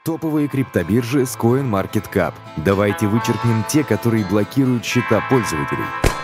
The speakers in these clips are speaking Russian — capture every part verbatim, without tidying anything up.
Топовые криптобиржи с CoinMarketCap. Давайте вычеркнем те, которые блокируют счета пользователей.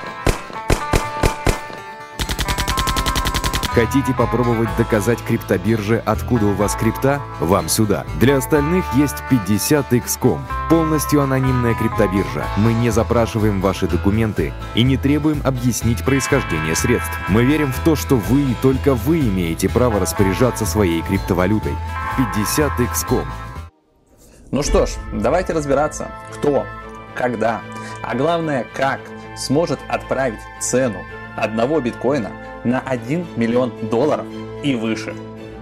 Хотите попробовать доказать криптобирже, откуда у вас крипта? Вам сюда. Для остальных есть пятьдесят икс точка ком. Полностью анонимная криптобиржа. Мы не запрашиваем ваши документы и не требуем объяснить происхождение средств. Мы верим в то, что вы и только вы имеете право распоряжаться своей криптовалютой. пятьдесят икс точка ком. Ну что ж, давайте разбираться, кто, когда, а главное как сможет отправить цену одного биткоина на один миллион долларов и выше.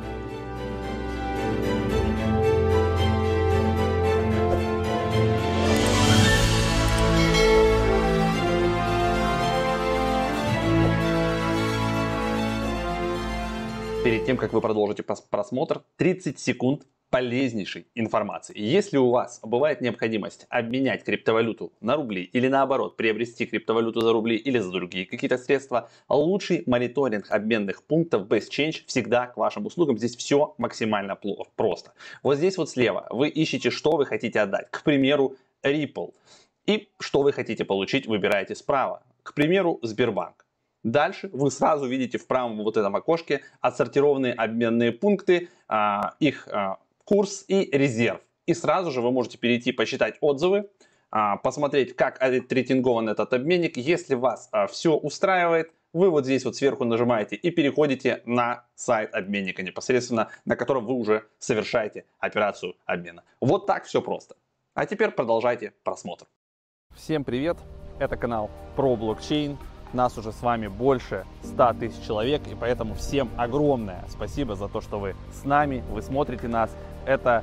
Перед тем, как вы продолжите просмотр, тридцать секунд полезнейшей информации. Если у вас бывает необходимость обменять криптовалюту на рубли или наоборот приобрести криптовалюту за рубли или за другие какие-то средства, лучший мониторинг обменных пунктов BestChange всегда к вашим услугам. Здесь все максимально просто. Вот здесь вот слева вы ищете, что вы хотите отдать. К примеру, Ripple. И что вы хотите получить, выбираете справа. К примеру, Сбербанк. Дальше вы сразу видите в правом вот этом окошке отсортированные обменные пункты, их курс и резерв. И сразу же вы можете перейти посчитать отзывы, посмотреть, как отрейтингован этот обменник. Если вас все устраивает, вы вот здесь вот сверху нажимаете и переходите на сайт обменника непосредственно, на котором вы уже совершаете операцию обмена. Вот так все просто. А теперь продолжайте просмотр. Всем привет! Это канал про блокчейн. Нас уже с вами больше ста тысяч человек, и поэтому всем огромное спасибо за то, что вы с нами, вы смотрите нас. Это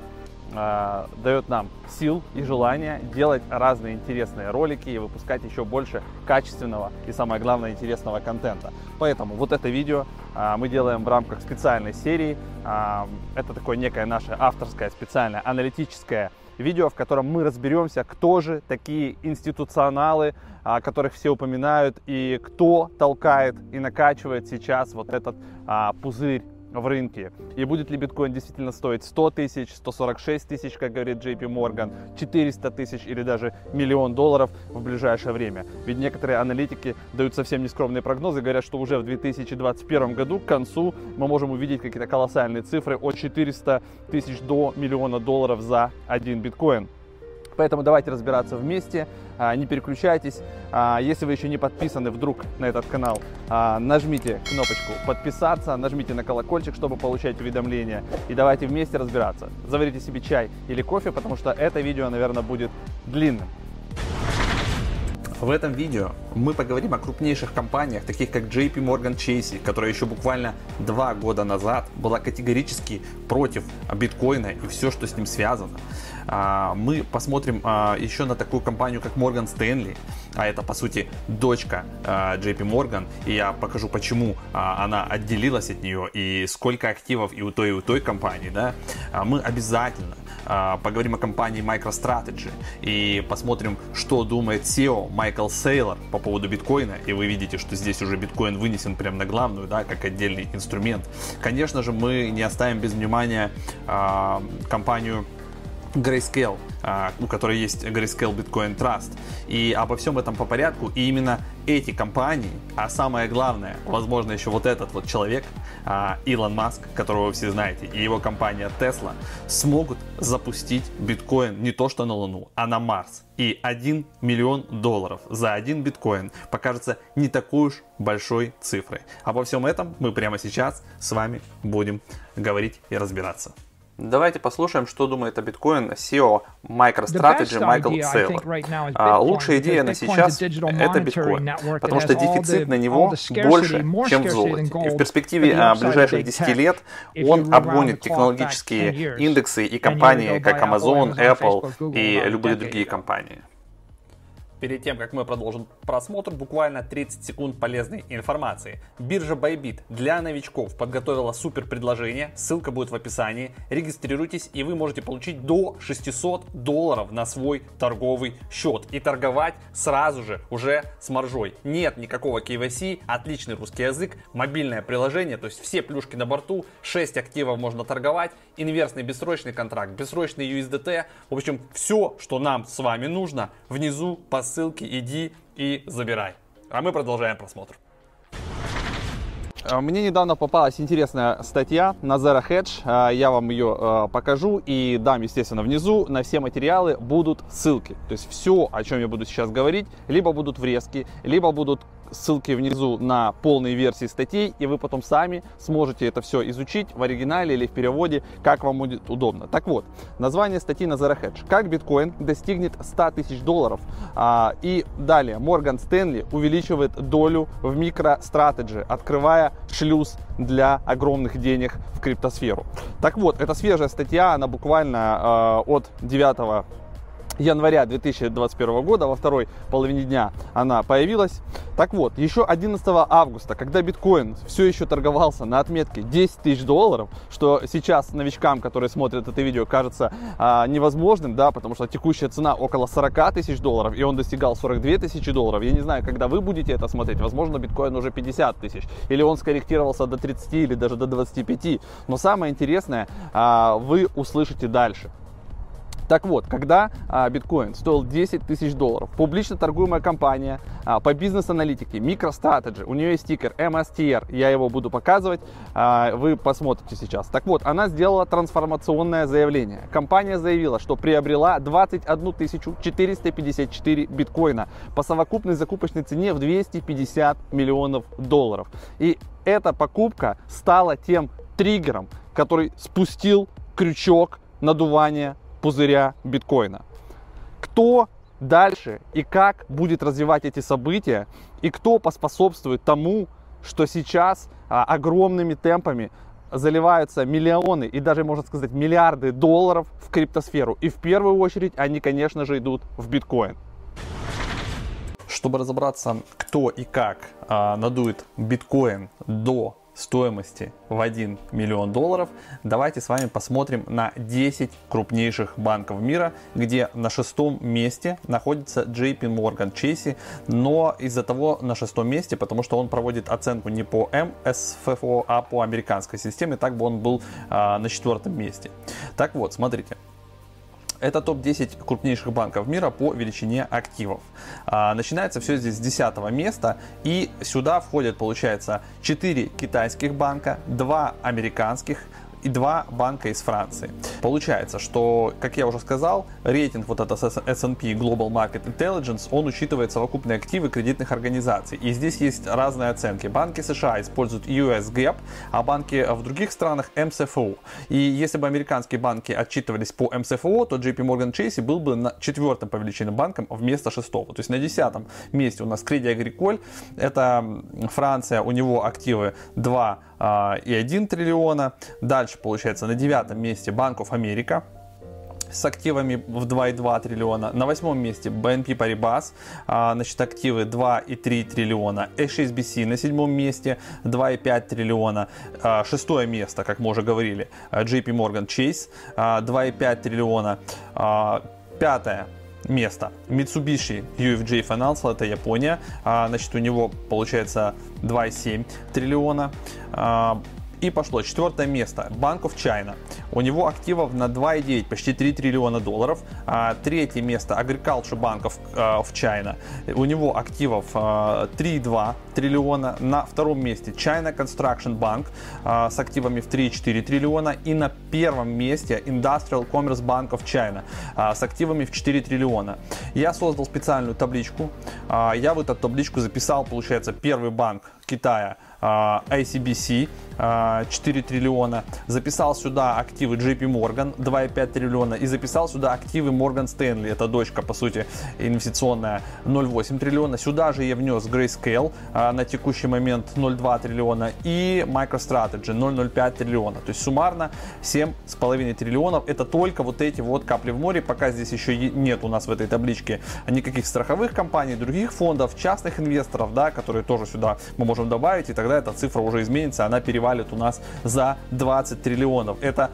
э, дает нам сил и желание делать разные интересные ролики и выпускать еще больше качественного и, самое главное, интересного контента. Поэтому вот это видео э, мы делаем в рамках специальной серии. Э, это такое некое наше авторское специальное аналитическое видео, в котором мы разберемся, кто же такие институционалы, о которых все упоминают, и кто толкает и накачивает сейчас вот этот а, пузырь в рынке. И будет ли биткоин действительно стоить сто тысяч, сто сорок шесть тысяч, как говорит Джей Пи Морган, четыреста тысяч или даже миллион долларов в ближайшее время. Ведь некоторые аналитики дают совсем нескромные прогнозы, говорят, что уже в две тысячи двадцать первом году к концу мы можем увидеть какие-то колоссальные цифры от четырёхсот тысяч до миллиона долларов за один биткоин. Поэтому давайте разбираться вместе, не переключайтесь. Если вы еще не подписаны вдруг на этот канал, нажмите кнопочку подписаться, нажмите на колокольчик, чтобы получать уведомления. И давайте вместе разбираться. Заварите себе чай или кофе, потому что это видео, наверное, будет длинным. В этом видео мы поговорим о крупнейших компаниях, таких как Джей Пи Морган Chase, которая еще буквально два года назад была категорически против биткоина и все, что с ним связано. Мы посмотрим еще на такую компанию, как Morgan Stanley, а это по сути дочка Джей Пи Морган, и я покажу, почему она отделилась от нее и сколько активов и у той, и у той компании. Да? Мы обязательно поговорим о компании MicroStrategy и посмотрим, что думает си и о Майкл Сейлор по поводу биткоина, и вы видите, что здесь уже биткоин вынесен прямо на главную, да, как отдельный инструмент. Конечно же, мы не оставим без внимания э, компанию Grayscale, у которой есть Grayscale Bitcoin Trust. И обо всем этом по порядку. И именно эти компании, а самое главное, возможно, еще вот этот вот человек, Илон Маск, которого вы все знаете, и его компания Tesla, смогут запустить биткоин не то что на Луну, а на Марс. И один миллион долларов за один биткоин покажется не такой уж большой цифрой. Обо всем этом мы прямо сейчас с вами будем говорить и разбираться. Давайте послушаем, что думает о биткоине си и о MicroStrategy Майкл Сейлор. А, лучшая идея на сейчас – это биткоин, потому что дефицит на него больше, чем в золоте. И в перспективе а, ближайших десяти лет он обгонит технологические индексы и компании, как Amazon, Apple и любые другие компании. Перед тем, как мы продолжим просмотр, буквально тридцать секунд полезной информации. Биржа Bybit для новичков подготовила супер предложение, ссылка будет в описании. Регистрируйтесь, и вы можете получить до шестисот долларов на свой торговый счет и торговать сразу же уже с маржой. Нет никакого кей вай си, отличный русский язык, мобильное приложение, то есть все плюшки на борту, шесть активов можно торговать, инверсный бессрочный контракт, бессрочный ю эс ди ти. В общем, все, что нам с вами нужно, внизу по ссылке иди и забирай. А мы продолжаем просмотр. Мне недавно попалась интересная статья на Zero Hedge, я вам ее покажу и дам, естественно, внизу. На все материалы будут ссылки, то есть все, о чем я буду сейчас говорить, либо будут врезки, либо будут ссылки внизу на полные версии статей, и вы потом сами сможете это все изучить в оригинале или в переводе, как вам будет удобно. Так вот, название статьи на Zero Hedge. Как биткоин достигнет ста тысяч долларов? А, и далее, Морган Стэнли увеличивает долю в MicroStrategy, открывая шлюз для огромных денег в криптосферу. Так вот, эта свежая статья, она буквально э, от девятого января две тысячи двадцать первого года, во второй половине дня она появилась. Так вот, еще одиннадцатого августа, когда биткоин все еще торговался на отметке десять тысяч долларов, что сейчас новичкам, которые смотрят это видео, кажется а, невозможным, да, потому что текущая цена около сорока тысяч долларов, и он достигал сорок две тысячи долларов. Я не знаю, когда вы будете это смотреть, возможно, биткоин уже пятьдесят тысяч, или он скорректировался до тридцати, или даже до двадцати пяти. Но самое интересное, а, вы услышите дальше. Так вот, когда а, биткоин стоил десять тысяч долларов, публично торгуемая компания а, по бизнес-аналитике MicroStrategy, у нее есть тикер эм эс ти ар, я его буду показывать, а, вы посмотрите сейчас. Так вот, она сделала трансформационное заявление. Компания заявила, что приобрела двадцать одну тысячу четыреста пятьдесят четыре биткоина по совокупной закупочной цене в двести пятьдесят миллионов долларов. И эта покупка стала тем триггером, который спустил крючок надувания пузыря биткоина. Кто дальше и как будет развивать эти события, и кто поспособствует тому, что сейчас а, огромными темпами заливаются миллионы и даже, можно сказать, миллиарды долларов в криптосферу. И в первую очередь они, конечно же, идут в биткоин. Чтобы разобраться, кто и как а, надует биткоин до стоимости в один миллион долларов, давайте с вами посмотрим на десять крупнейших банков мира, где на шестом месте находится джей пи Morgan Chase, но из-за того на шестом месте, потому что он проводит оценку не по эм эс эф о, а по американской системе, так бы он был а, на четвертом месте. Так вот, смотрите. Это топ десять крупнейших банков мира по величине активов. А, начинается все здесь с десятого места, и сюда входят, получается, четыре китайских банка, два американских и два банка из Франции. Получается, что, как я уже сказал, рейтинг вот этот эс энд пи Global Market Intelligence, он учитывает совокупные активы кредитных организаций. И здесь есть разные оценки. Банки США используют ю эс гэп, а банки в других странах эм эс эф о. И если бы американские банки отчитывались по эм эс эф о, то джей пи Morgan Chase был бы на четвертом по величине банком вместо шестого. То есть на десятом месте у нас Crédit Agricole, это Франция, у него активы два и один триллиона. Дальше, получается, на девятом месте Bank of America с активами в два и два триллиона. На восьмом месте би эн пи Paribas, значит, активы два и три триллиона. эйч эс би си на седьмом месте два и пять триллиона. Шестое место, как мы уже говорили, джей пи Morgan Chase два и пять триллиона. Пятое место Mitsubishi ю эф джей Financial, это Япония, а, значит, у него получается два и семь триллиона. А, и пошло четвертое место Bank of China, у него активов на два и девять, почти три триллиона долларов. А, третье место Agriculture Bank of, uh, of China, у него активов uh, три и два триллиона. На втором месте China Construction Bank uh, с активами в три и четыре триллиона. И на первом месте Industrial Commerce Bank of China uh, с активами в четыре триллиона. Я создал специальную табличку, uh, я в эту табличку записал, получается, первый банк, Китая ай си би си четыре триллиона, записал сюда активы джей пи Morgan два и пять триллиона и записал сюда активы Morgan Stanley, это дочка, по сути, инвестиционная, ноль целых восемь триллиона. Сюда же я внес Grayscale на текущий момент ноль целых два триллиона и MicroStrategy ноль целых пять триллиона. То есть суммарно семь с половиной триллионов. Это только вот эти вот капли в море. Пока здесь еще нет у нас в этой табличке никаких страховых компаний, других фондов, частных инвесторов, да, которые тоже сюда мы можем добавить, и тогда эта цифра уже изменится, она перевалит у нас за двадцать триллионов. Это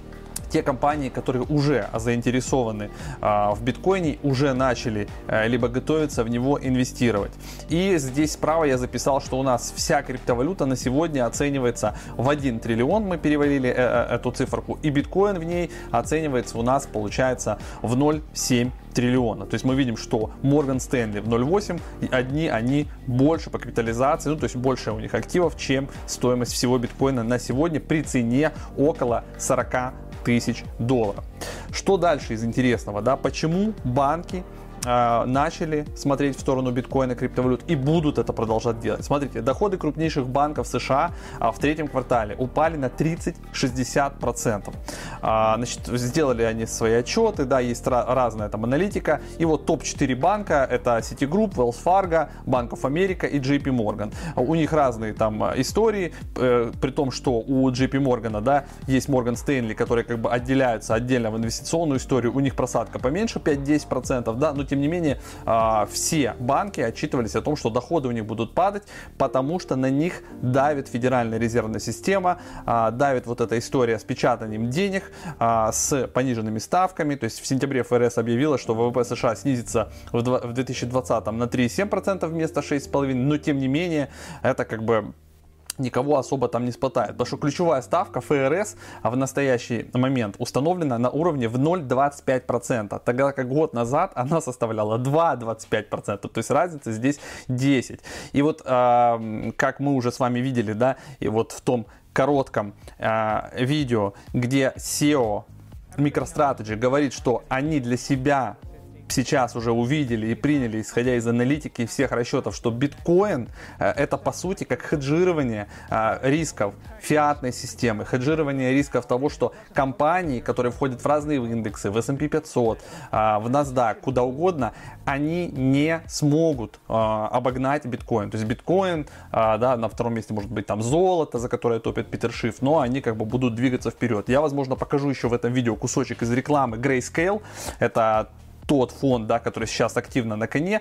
те компании, которые уже заинтересованы а, в биткоине, уже начали а, либо готовятся в него инвестировать. И здесь справа я записал, что у нас вся криптовалюта на сегодня оценивается в один триллион, мы перевалили э, э, эту циферку, и биткоин в ней оценивается у нас, получается, в ноль целых семь триллиона. То есть мы видим, что Morgan Stanley в ноль целых восемь, и одни они больше по капитализации, ну то есть больше у них активов, чем стоимость всего биткоина на сегодня при цене около сорока тысяч долларов. Что дальше из интересного, да? Почему банки э, начали смотреть в сторону биткоина, криптовалют и будут это продолжать делать? Смотрите, доходы крупнейших банков США э, в третьем квартале упали на тридцать-шестьдесят процентов. Э, значит, сделали они свои отчеты, да, есть ra- разная там аналитика. И вот топ четыре банка — это Citigroup, Wells Fargo, Bank of America и джей пи Morgan. У них разные там истории, э, при том, что у джей пи Morgan, да, есть Morgan Stanley, которые как бы отделяются отдельно в инвестиционную историю, у них просадка поменьше, пять-десять процентов, да, но тем не менее э, все банки отчитывались о том, что доходы у них будут падать, потому что на них давит Федеральная резервная система, э, давит вот эта история с печатанием денег, э, с пониженными ставками. То есть в сентябре эф эр эс объявила, что вэ вэ пэ США снизится в две тысячи двадцатом на три целых семь десятых процента вместо шесть целых пять десятых процента, но тем не менее это как бы никого особо там не спотает, потому что ключевая ставка эф эр эс в настоящий момент установлена на уровне в ноль целых двадцать пять сотых процента, тогда как год назад она составляла два целых двадцать пять сотых процента, то есть разница здесь десять. И вот э, как мы уже с вами видели, да, и вот в том коротком э, видео, где си и о MicroStrategy говорит, что они для себя сейчас уже увидели и приняли, исходя из аналитики и всех расчетов, что биткоин э, это по сути как хеджирование э, рисков фиатной системы, хеджирование рисков того, что компании, которые входят в разные индексы, в эс энд пи пятьсот, э, в NASDAQ, куда угодно, они не смогут э, обогнать биткоин. То есть биткоин, э, да, на втором месте может быть там золото, за которое топит Питер Шиф, но они как бы будут двигаться вперед. Я, возможно, покажу еще в этом видео кусочек из рекламы Grayscale. Это тот фонд, да, который сейчас активно на коне.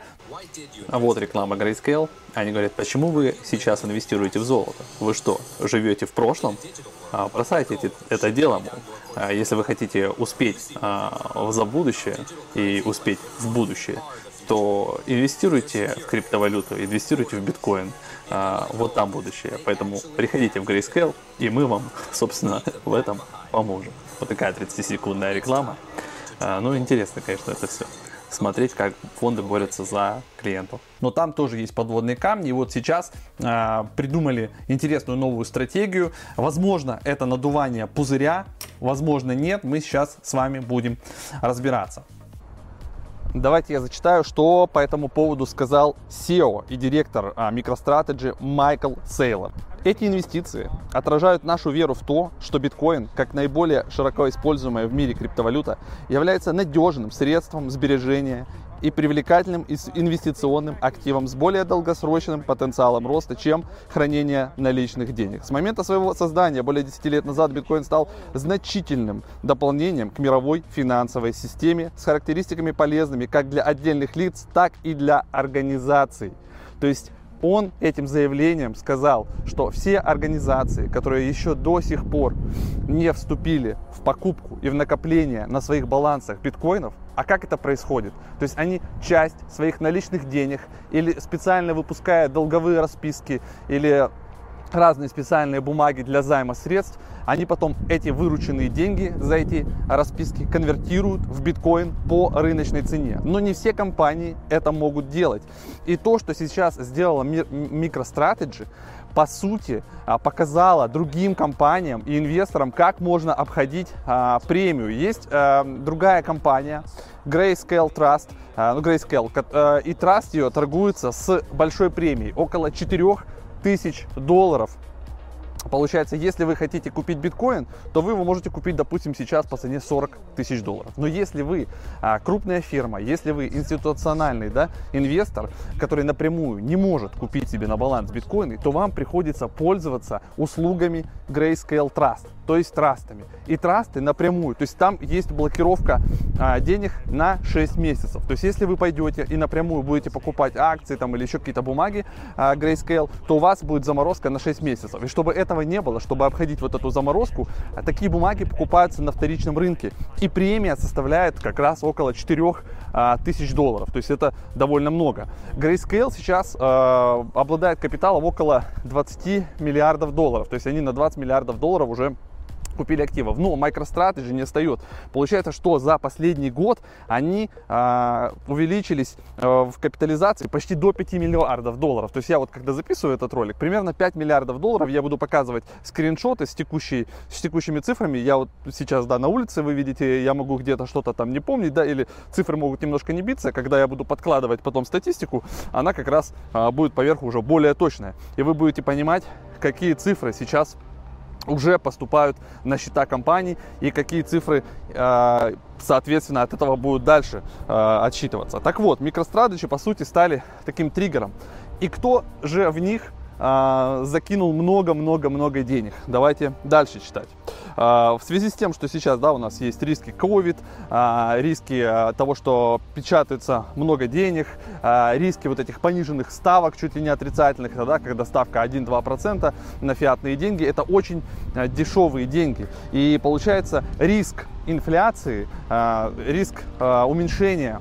А вот реклама Grayscale. Они говорят, почему вы сейчас инвестируете в золото? Вы что, живете в прошлом? А, бросайте это дело. А, если вы хотите успеть а, за будущее и успеть в будущее, то инвестируйте в криптовалюту, инвестируйте в биткоин. А, вот там будущее. Поэтому приходите в Grayscale, и мы вам, собственно, в этом поможем. Вот такая тридцатисекундная реклама. Ну, интересно, конечно, это все. Смотреть, как фонды борются за клиентов. Но там тоже есть подводные камни. И вот сейчас э, придумали интересную новую стратегию. Возможно, это надувание пузыря, возможно, нет. Мы сейчас с вами будем разбираться. Давайте я зачитаю, что по этому поводу сказал си и о и директор а, MicroStrategy Майкл Сейлор. Эти инвестиции отражают нашу веру в то, что биткоин, как наиболее широко используемая в мире криптовалюта, является надежным средством сбережения и привлекательным инвестиционным активом с более долгосрочным потенциалом роста, чем хранение наличных денег. С момента своего создания более десяти лет назад биткоин стал значительным дополнением к мировой финансовой системе с характеристиками полезными как для отдельных лиц, так и для организаций. То есть он этим заявлением сказал, что все организации, которые еще до сих пор не вступили в покупку и в накопление на своих балансах биткоинов, а как это происходит? То есть они часть своих наличных денег или специально выпуская долговые расписки или разные специальные бумаги для займа средств, они потом эти вырученные деньги за эти расписки конвертируют в биткоин по рыночной цене. Но не все компании это могут делать. И то, что сейчас сделала MicroStrategy, по сути, показала другим компаниям и инвесторам, как можно обходить а, премию. Есть а, другая компания, Grayscale Trust, а, ну, Grayscale, а, и Trust ее торгуется с большой премией, около четырёх тысяч долларов. Получается, если вы хотите купить биткоин, то вы его можете купить, допустим, сейчас по цене сорок тысяч долларов. Но если вы а, крупная фирма, если вы институциональный, да, инвестор, который напрямую не может купить себе на баланс биткоины, то вам приходится пользоваться услугами Grayscale Trust, то есть трастами. И трасты напрямую, то есть там есть блокировка а, денег на шесть месяцев. То есть если вы пойдете и напрямую будете покупать акции там, или еще какие-то бумаги а, Grayscale, то у вас будет заморозка на шесть месяцев. И чтобы этого не было, чтобы обходить вот эту заморозку, такие бумаги покупаются на вторичном рынке. И премия составляет как раз около четырёх тысяч долларов. То есть это довольно много. Grayscale сейчас э, обладает капиталом около двадцати миллиардов долларов. То есть они на двадцать миллиардов долларов уже купили активов. Но MicroStrategy не отстает. Получается, что за последний год они э, увеличились э, в капитализации почти до пяти миллиардов долларов. То есть я вот когда записываю этот ролик, примерно пять миллиардов долларов, я буду показывать скриншоты с, текущей, с текущими цифрами. Я вот сейчас, да, на улице, вы видите, я могу где-то что-то там не помнить, да, или цифры могут немножко не биться. Когда я буду подкладывать потом статистику, она как раз э, будет поверху уже более точная. И вы будете понимать, какие цифры сейчас уже поступают на счета компаний и какие цифры, э, соответственно, от этого будут дальше э, отсчитываться. Так вот, MicroStrategy, по сути, стали таким триггером. И кто же в них э, закинул много-много-много денег? Давайте дальше читать. Э, в связи с тем, что сейчас, да, у нас есть риски ковид, э, риски э, того, что печатается много денег, э, риски вот этих пониженных ставок, чуть ли не отрицательных, да, когда ставка один-два процента на фиатные деньги, это очень э, дешевые деньги. И получается риск инфляции, э, риск э, уменьшения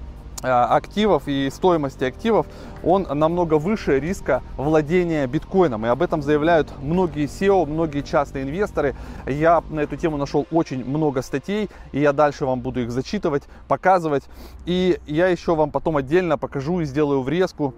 активов и стоимости активов, он намного выше риска владения биткоином. И об этом заявляют многие си и о, многие частные инвесторы. Я на эту тему нашел очень много статей, и я дальше вам буду их зачитывать, показывать. И я еще вам потом отдельно покажу и сделаю врезку,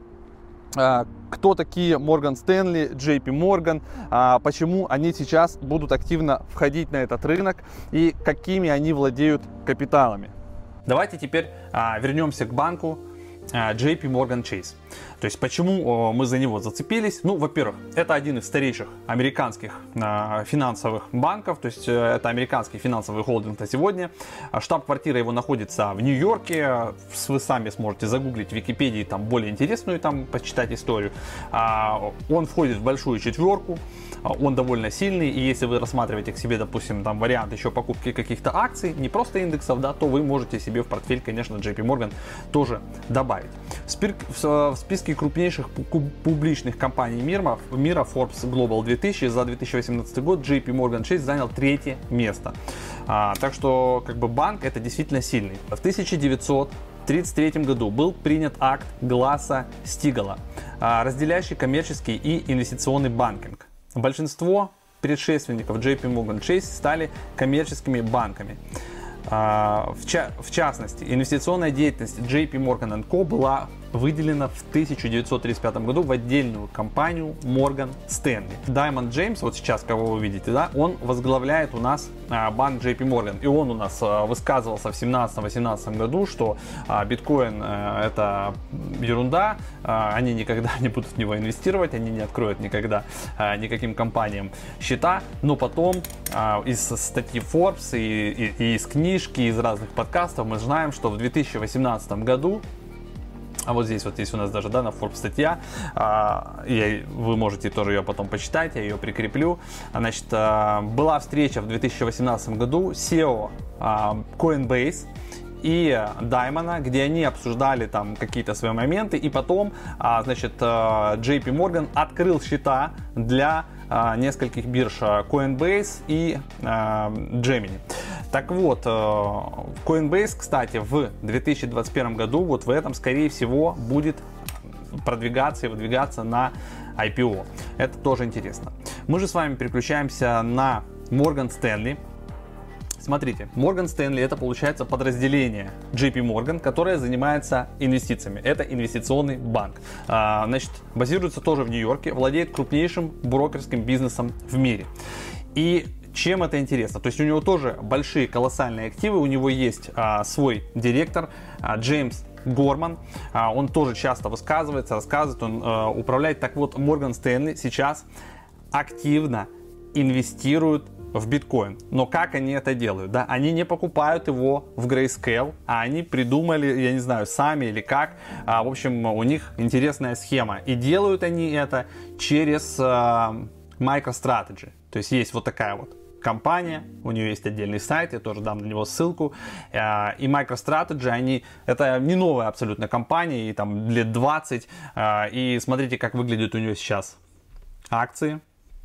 кто такие Morgan Stanley, джей пи Morgan, почему они сейчас будут активно входить на этот рынок и какими они владеют капиталами. Давайте теперь а, вернемся к банку а, джей пи Morgan Chase. То есть почему мы за него зацепились? Ну, во-первых, это один из старейших американских э, финансовых банков, то есть э, это американский финансовый холдинг на сегодня. Штаб-квартира его находится в Нью-Йорке. Вы сами сможете загуглить в Википедии там более интересную, там почитать историю. А, он входит в большую четверку, он довольно сильный, и если вы рассматриваете к себе, допустим, там вариант еще покупки каких-то акций, не просто индексов, да, то вы можете себе в портфель, конечно, джей пи Morgan тоже добавить. В, спир... в списке крупнейших публичных компаний мира, мира Forbes Global две тысячи за две тысячи восемнадцатый год джей пи Morgan Chase занял третье место. А, так что как бы банк это действительно сильный. В тысяча девятьсот тридцать третьем году был принят акт Гласса-Стигала, а, разделяющий коммерческий и инвестиционный банкинг. Большинство предшественников джей пи Morgan Chase стали коммерческими банками. В, ча- в частности, инвестиционная деятельность джей пи Morgan энд Co была выделена в тысяча девятьсот тридцать пятом году в отдельную компанию Morgan Stanley. Даймонд Джеймс, вот сейчас, кого вы видите, да, он возглавляет у нас а, банк джей пи Morgan. И он у нас а, высказывался в семнадцатом-восемнадцатом году, что а, биткоин а, это ерунда, а, они никогда не будут в него инвестировать, они не откроют никогда а, никаким компаниям счета. Но потом а, из статьи Forbes и, и, и из книжки, из разных подкастов мы знаем, что в две тысячи восемнадцатом году, а вот здесь вот есть у нас даже, да, на Forbes статья, а, и вы можете тоже ее потом почитать, я ее прикреплю. Значит, а, была встреча в две тысячи восемнадцатом году си и о а, Coinbase и Даймона, где они обсуждали там какие-то свои моменты, и потом, а, значит, джей пи Morgan открыл счета для а, нескольких бирж Coinbase и а, Gemini. Так вот, Coinbase, кстати, в две тысячи двадцать первом году, вот в этом, скорее всего, будет продвигаться и выдвигаться на ай пи о. Это тоже интересно. Мы же с вами переключаемся на Morgan Stanley. Смотрите, Morgan Stanley это получается подразделение джей пи Morgan, которое занимается инвестициями. Это инвестиционный банк. А, значит, базируется тоже в Нью-Йорке, владеет крупнейшим брокерским бизнесом в мире. И чем это интересно? То есть у него тоже большие колоссальные активы, у него есть а, свой директор а, Джеймс Горман, он тоже часто высказывается, рассказывает, он управляет. Так вот, Морган Стэнли сейчас активно инвестирует в биткоин. Но как они это делают? Да? Они не покупают его в Grayscale, а они придумали, я не знаю, сами или как. А, в общем, у них интересная схема. И делают они это через а, MicroStrategy. То есть есть вот такая вот компания, у нее есть отдельный сайт, я тоже дам на него ссылку. И MicroStrategy, они, это не новая абсолютно компания, и там лет двадцать. И смотрите, как выглядят у нее сейчас акции.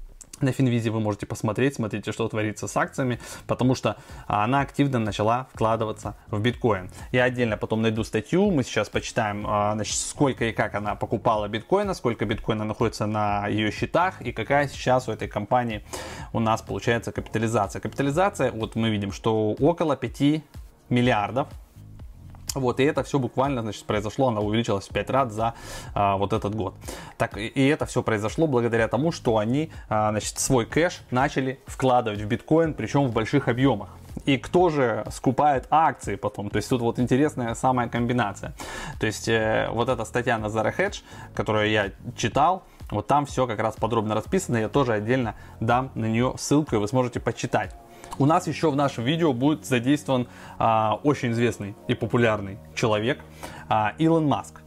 На Финвизе вы можете посмотреть, смотрите, что творится с акциями, потому что она активно начала вкладываться в биткоин. Я отдельно потом найду статью, мы сейчас почитаем, значит, сколько и как она покупала биткоина, сколько биткоина находится на ее счетах и какая сейчас у этой компании у нас получается капитализация. Капитализация, вот мы видим, что около пяти миллиардов. Вот, и это все буквально, значит, произошло, она увеличилась в пять раз за а, вот этот год. Так, и, и это все произошло благодаря тому, что они, а, значит, свой кэш начали вкладывать в биткоин, причем в больших объемах. И кто же скупает акции потом? То есть тут вот интересная самая комбинация. То есть э, вот эта статья на Zero Hedge, которую я читал, вот там все как раз подробно расписано, я тоже отдельно дам на нее ссылку, и вы сможете почитать. У нас еще в нашем видео будет задействован а, очень известный и популярный человек а, Илон Маск.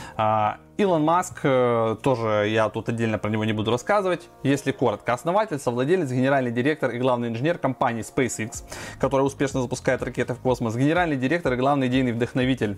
А, Илон Маск, э, тоже я тут отдельно про него не буду рассказывать. Если коротко, основатель, совладелец, генеральный директор и главный инженер компании SpaceX, которая успешно запускает ракеты в космос, генеральный директор и главный идейный вдохновитель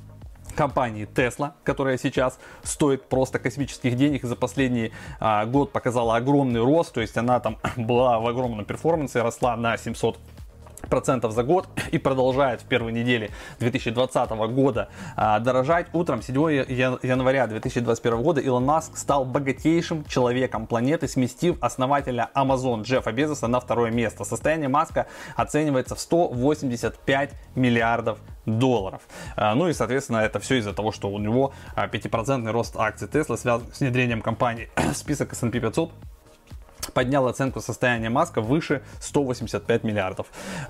компании Tesla, которая сейчас стоит просто космических денег и за последний а, год показала огромный рост, то есть она там была в огромном перформансе, росла на семьсот процентов за год и продолжает в первой неделе две тысячи двадцатого года а, дорожать. Утром седьмого января две тысячи двадцать первого года Илон Маск стал богатейшим человеком планеты, сместив основателя Amazon Джеффа Безоса на второе место. Состояние Маска оценивается в сто восемьдесят пять миллиардов долларов. А, ну и, соответственно, это все из-за того, что у него а, пять процентов рост акций Tesla связан с внедрением компании в список эс энд пи пятьсот. Поднял оценку состояния Маска выше ста восьмидесяти пяти миллиардов.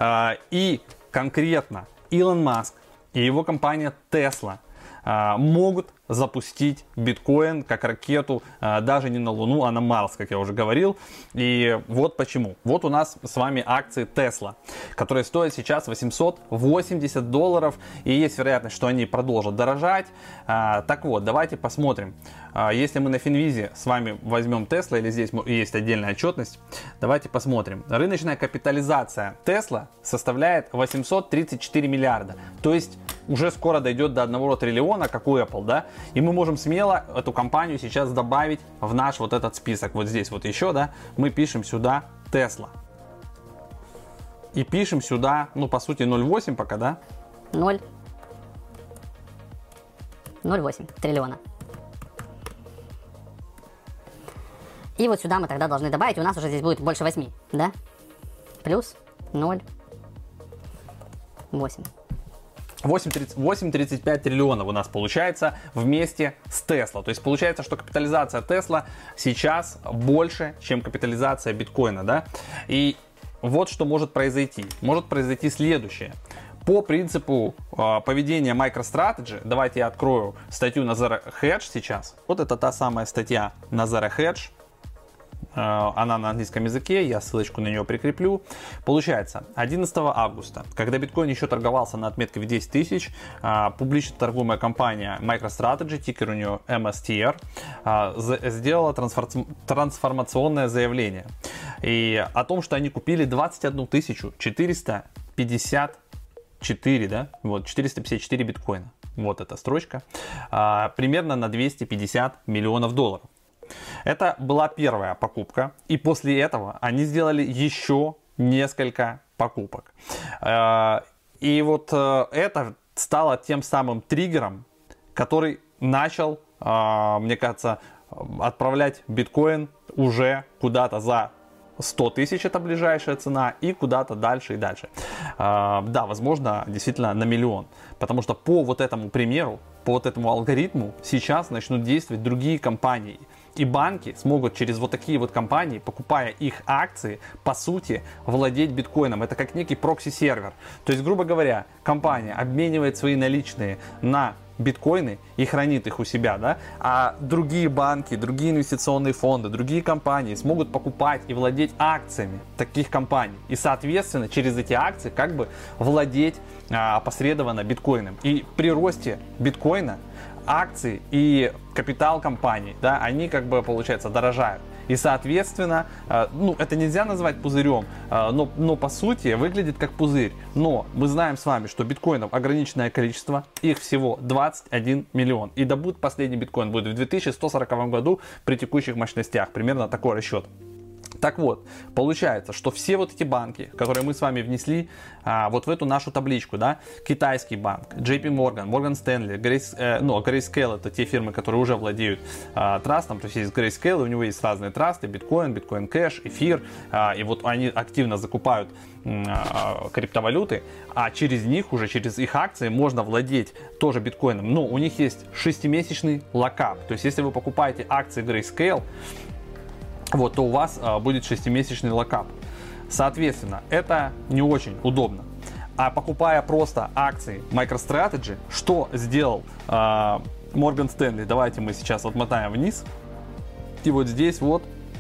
И конкретно Илон Маск и его компания Tesla могут запустить биткоин как ракету даже не на Луну, а на Марс, как я уже говорил. И вот почему. Вот у нас с вами акции Tesla, которые стоят сейчас восемьсот восемьдесят долларов. И есть вероятность, что они продолжат дорожать. Так вот, давайте посмотрим. Если мы на Финвизе с вами возьмем Tesla, или здесь есть отдельная отчетность, давайте посмотрим. Рыночная капитализация Tesla составляет восемьсот тридцать четыре миллиарда. То есть уже скоро дойдет до одного триллиона, как у Apple, да? И мы можем смело эту компанию сейчас добавить в наш вот этот список. Вот здесь вот еще, да, мы пишем сюда Tesla. И пишем сюда, ну, по сути, ноль целых восемь пока, да? ноль. ноль целых восемь триллиона. И вот сюда мы тогда должны добавить, у нас уже здесь будет больше восьми, да? Плюс ноль целых восемь. восемь целых тридцать пять триллионов у нас получается вместе с Tesla. То есть получается, что капитализация Tesla сейчас больше, чем капитализация биткоина, да? И вот что может произойти. Может произойти следующее. По принципу э, поведения MicroStrategy, давайте я открою статью на Zero Hedge сейчас. Вот это та самая статья на Zero Hedge. Она на английском языке, я ссылочку на нее прикреплю. Получается, одиннадцатого августа, когда биткоин еще торговался на отметке в десять тысяч, публично торгуемая компания MicroStrategy, тикер у нее эм эс ти ар, сделала трансформационное заявление и о том, что они купили двадцать одну тысячу четыреста пятьдесят четыре, да, вот, четыреста пятьдесят четыре биткоина. Вот эта строчка. Примерно на двести пятьдесят миллионов долларов. Это была первая покупка, и после этого они сделали еще несколько покупок. И вот это стало тем самым триггером, который начал, мне кажется, отправлять биткоин уже куда-то за сто тысяч, это ближайшая цена, и куда-то дальше и дальше. Да, возможно, действительно на миллион. Потому что по вот этому примеру, по вот этому алгоритму сейчас начнут действовать другие компании. И банки смогут через вот такие вот компании, покупая их акции, по сути, владеть биткоином. Это как некий прокси-сервер. То есть, грубо говоря, компания обменивает свои наличные на биткоины и хранит их у себя, да, а другие банки, другие инвестиционные фонды, другие компании смогут покупать и владеть акциями таких компаний. И, соответственно, через эти акции как бы владеть а, опосредованно биткоином. И при росте биткоина акции и капитал компаний, да, они как бы, получается, дорожают. И, соответственно, э, ну, это нельзя назвать пузырем, э, но, но по сути выглядит как пузырь. Но мы знаем с вами, что биткоинов ограниченное количество, их всего двадцать один миллион. И добыт последний биткоин будет в две тысячи сто сороковом году при текущих мощностях. Примерно такой расчет. Так вот, получается, что все вот эти банки, которые мы с вами внесли а, вот в эту нашу табличку, да, китайский банк, джей пи Morgan, Morgan Stanley, Grace, э, ну, Grayscale — это те фирмы, которые уже владеют а, трастом, то есть есть Grayscale, у него есть разные трасты, биткоин, биткоин кэш, эфир, а, и вот они активно закупают а, криптовалюты, а через них, уже через их акции можно владеть тоже биткоином. Но у них есть шестимесячный локап, то есть если вы покупаете акции Grayscale, вот, то у вас а, будет шестимесячный локап. Соответственно, это не очень удобно. А покупая просто акции MicroStrategy, что сделал а, Morgan Stanley? Давайте мы сейчас отмотаем вниз. И вот здесь вот,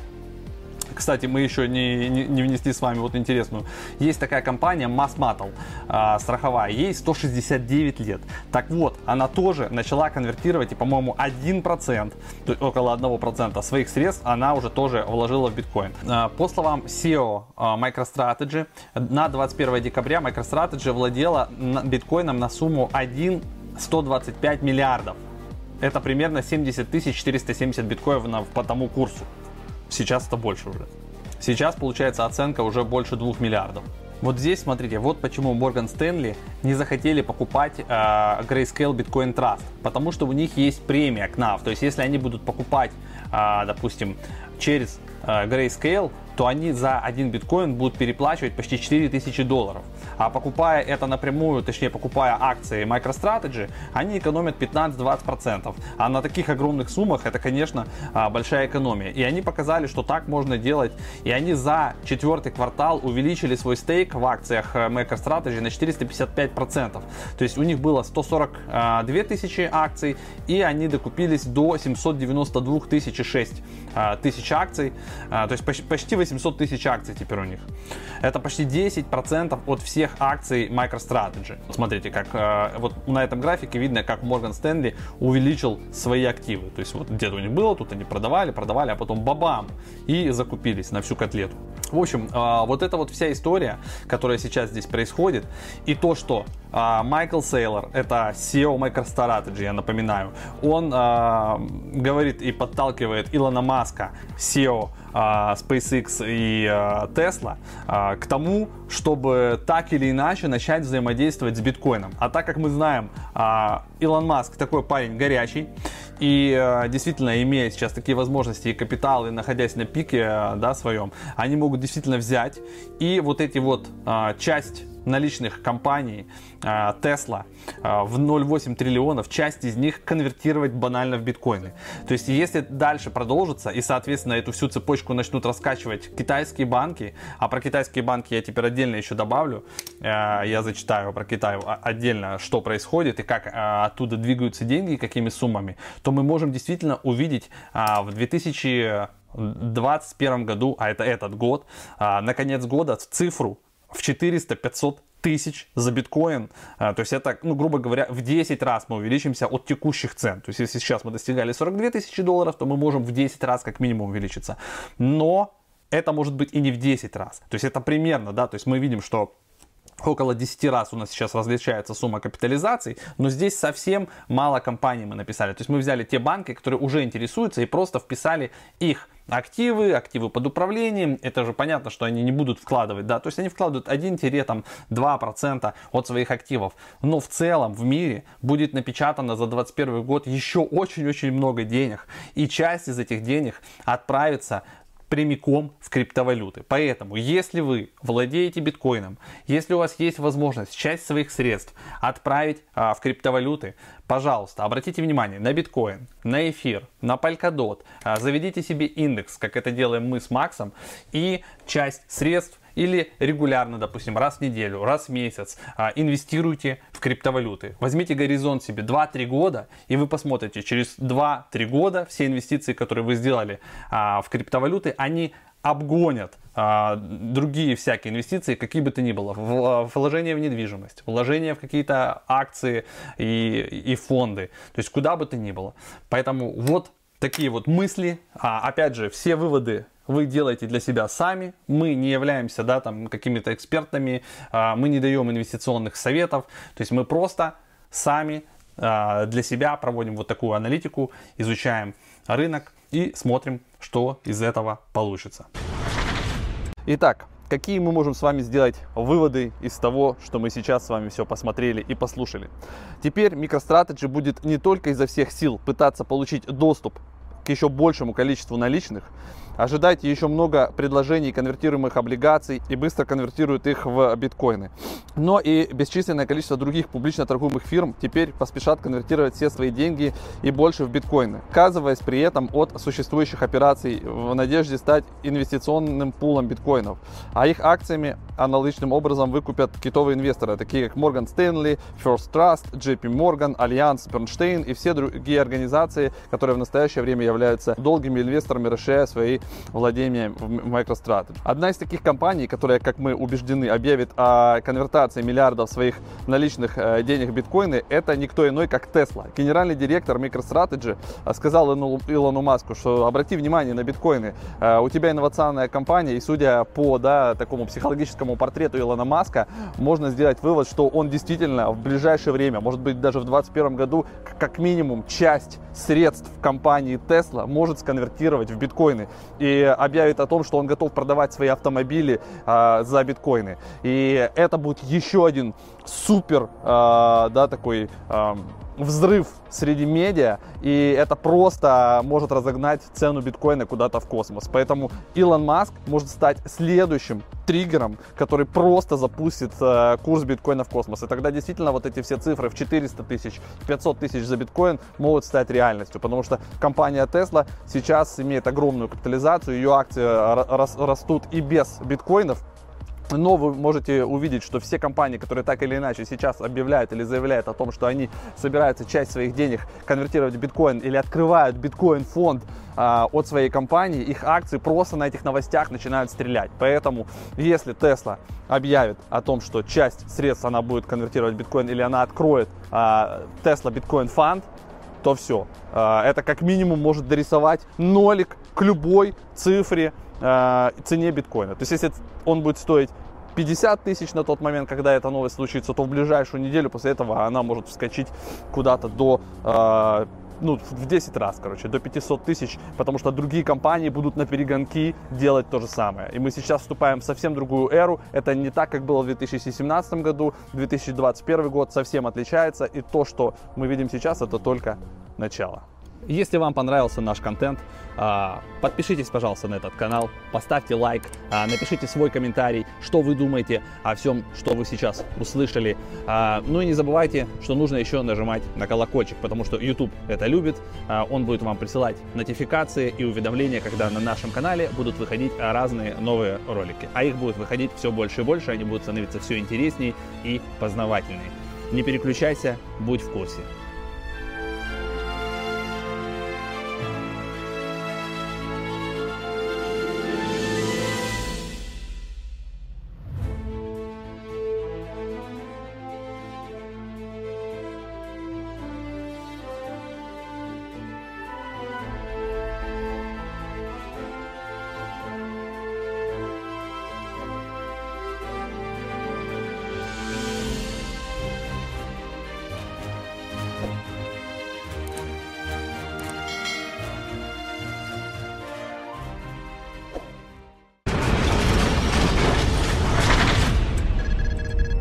кстати, мы еще не, не, не внесли с вами вот интересную. Есть такая компания MassMattle, э, страховая, ей сто шестьдесят девять лет. Так вот, она тоже начала конвертировать, и, по-моему, один процент, то есть около одного процента своих средств она уже тоже вложила в биткоин. Э, по словам си и о э, MicroStrategy, на двадцать первое декабря MicroStrategy владела биткоином на сумму один целых сто двадцать пять миллиардов. Это примерно семьдесят тысяч четыреста семьдесят биткоинов по тому курсу. Сейчас это больше уже. Сейчас получается оценка уже больше двух миллиардов. Вот здесь, смотрите, вот почему Morgan Stanley не захотели покупать э, Grayscale Bitcoin Trust. Потому что у них есть премия кей эн эй эф. То есть если они будут покупать, э, допустим, через э, Grayscale, то они за один биткоин будут переплачивать почти четыре тысячи долларов. А покупая это напрямую, точнее покупая акции MicroStrategy, они экономят пятнадцать-двадцать процентов. А на таких огромных суммах это, конечно, большая экономия. И они показали, что так можно делать. И они за четвертый квартал увеличили свой стейк в акциях MicroStrategy на четыреста пятьдесят пять процентов. То есть у них было сто сорок две тысячи акций, и они докупились до семьсот девяносто два тысячи шесть тысяч акций. То есть почти восемьсот тысяч акций теперь у них. Это почти десять процентов от всех акций MicroStrategy. Смотрите, как э, вот на этом графике видно, как Morgan Stanley увеличил свои активы. То есть вот где-то у них было, тут они продавали, продавали, а потом бабам, и закупились на всю котлету. В общем, э, вот это вот вся история, которая сейчас здесь происходит, и то, что э, Майкл Сейлор, это си и о MicroStrategy, я напоминаю, он э, говорит и подталкивает Илона Маска, си и о э, SpaceX и э, Tesla, э, к тому, чтобы так или иначе начать взаимодействовать с биткоином. А так как мы знаем, э, Илон Маск такой парень горячий, и э, действительно, имея сейчас такие возможности и капитал, и находясь на пике, э, да, своем, они могут действительно взять и вот эти вот э, часть наличных компаний Tesla в ноль целых восемь триллионов, часть из них конвертировать банально в биткоины. То есть если дальше продолжится и, соответственно, эту всю цепочку начнут раскачивать китайские банки, а про китайские банки я теперь отдельно еще добавлю, я зачитаю про Китай отдельно, что происходит и как оттуда двигаются деньги, какими суммами, то мы можем действительно увидеть в две тысячи двадцать первом году, а это этот год, на конец года цифру в четыреста-пятьсот тысяч за биткоин. То есть это, ну, грубо говоря, в десять раз мы увеличимся от текущих цен. То есть если сейчас мы достигали сорок две тысячи долларов, то мы можем в десять раз как минимум увеличиться. Но это может быть и не в десять раз. То есть это примерно, да, то есть мы видим, что около десяти раз у нас сейчас различается сумма капитализации, но здесь совсем мало компаний мы написали. То есть мы взяли те банки, которые уже интересуются, и просто вписали их активы, активы под управлением. Это же понятно, что они не будут вкладывать, да, то есть они вкладывают один-два процента от своих активов. Но в целом в мире будет напечатано за двадцать первый год еще очень-очень много денег, и часть из этих денег отправится прямиком в криптовалюты. Поэтому, если вы владеете биткоином, если у вас есть возможность часть своих средств отправить а, в криптовалюты, пожалуйста, обратите внимание на биткоин, на эфир, на Polkadot, а, заведите себе индекс, как это делаем мы с Максом, и часть средств или регулярно, допустим, раз в неделю, раз в месяц инвестируйте в криптовалюты. Возьмите горизонт себе два-три года, и вы посмотрите, через два-три года все инвестиции, которые вы сделали в криптовалюты, они обгонят а, другие всякие инвестиции, какие бы то ни было. В, вложения в недвижимость, вложения в какие-то акции и, и фонды. То есть куда бы то ни было. Поэтому вот такие вот мысли. А, опять же, все выводы вы делаете для себя сами. Мы не являемся, да, там, какими-то экспертами. А, мы не даем инвестиционных советов. То есть мы просто сами а, для себя проводим вот такую аналитику, изучаем рынок и смотрим, что из этого получится. Итак, какие мы можем с вами сделать выводы из того, что мы сейчас с вами все посмотрели и послушали? Теперь MicroStrategy будет не только изо всех сил пытаться получить доступ к еще большему количеству наличных. Ожидайте еще много предложений конвертируемых облигаций и быстро конвертируют их в биткоины. Но и бесчисленное количество других публично торгуемых фирм теперь поспешат конвертировать все свои деньги и больше в биткоины, отказываясь при этом от существующих операций в надежде стать инвестиционным пулом биткоинов. А их акциями аналогичным образом выкупят китовые инвесторы, такие как Morgan Stanley, First Trust, джей пи Morgan, Allianz, Bernstein и все другие организации, которые в настоящее время являются долгими инвесторами, расширяя свои владения в MicroStrategy. Одна из таких компаний, которая, как мы убеждены, объявит о конвертации миллиардов своих наличных э, денег в биткоины, это никто иной, как Tesla. Генеральный директор MicroStrategy сказал Илону Маску, что обрати внимание на биткоины. Э, у тебя инновационная компания, и судя по, да, такому психологическому портрету Илона Маска, можно сделать вывод, что он действительно в ближайшее время, может быть даже в двадцать первом году, как минимум часть средств компании Tesla может сконвертировать в биткоины. И объявит о том, что он готов продавать свои автомобили э, за биткоины. И это будет еще один супер, э, да, такой э, взрыв среди медиа, и это просто может разогнать цену биткоина куда-то в космос. Поэтому Илон Маск может стать следующим триггером, который просто запустит э, курс биткоина в космос. И тогда действительно вот эти все цифры в четыреста тысяч, пятьсот тысяч за биткоин могут стать реальностью, потому что компания Tesla сейчас имеет огромную капитализацию, ее акции рас, растут и без биткоинов. Но вы можете увидеть, что все компании, которые так или иначе сейчас объявляют или заявляют о том, что они собираются часть своих денег конвертировать в биткоин или открывают биткоин-фонд а, от своей компании, их акции просто на этих новостях начинают стрелять. Поэтому, если Tesla объявит о том, что часть средств она будет конвертировать в биткоин или она откроет а, Tesla Bitcoin Fund, то все. А, это как минимум может дорисовать нолик к любой цифре, цене биткоина. То есть, если он будет стоить пятьдесят тысяч на тот момент, когда эта новость случится, то в ближайшую неделю после этого она может вскочить куда-то до, э, ну, в десять раз, короче, до пятисот тысяч, потому что другие компании будут на перегонки делать то же самое. И мы сейчас вступаем в совсем другую эру. Это не так, как было в две тысячи семнадцатом году. две тысячи двадцать первый год совсем отличается. И то, что мы видим сейчас, это только начало. Если вам понравился наш контент, подпишитесь, пожалуйста, на этот канал, поставьте лайк, напишите свой комментарий, что вы думаете о всем, что вы сейчас услышали. Ну и не забывайте, что нужно еще нажимать на колокольчик, потому что YouTube это любит, он будет вам присылать нотификации и уведомления, когда на нашем канале будут выходить разные новые ролики. А их будет выходить все больше и больше, они будут становиться все интереснее и познавательнее. Не переключайся, будь в курсе.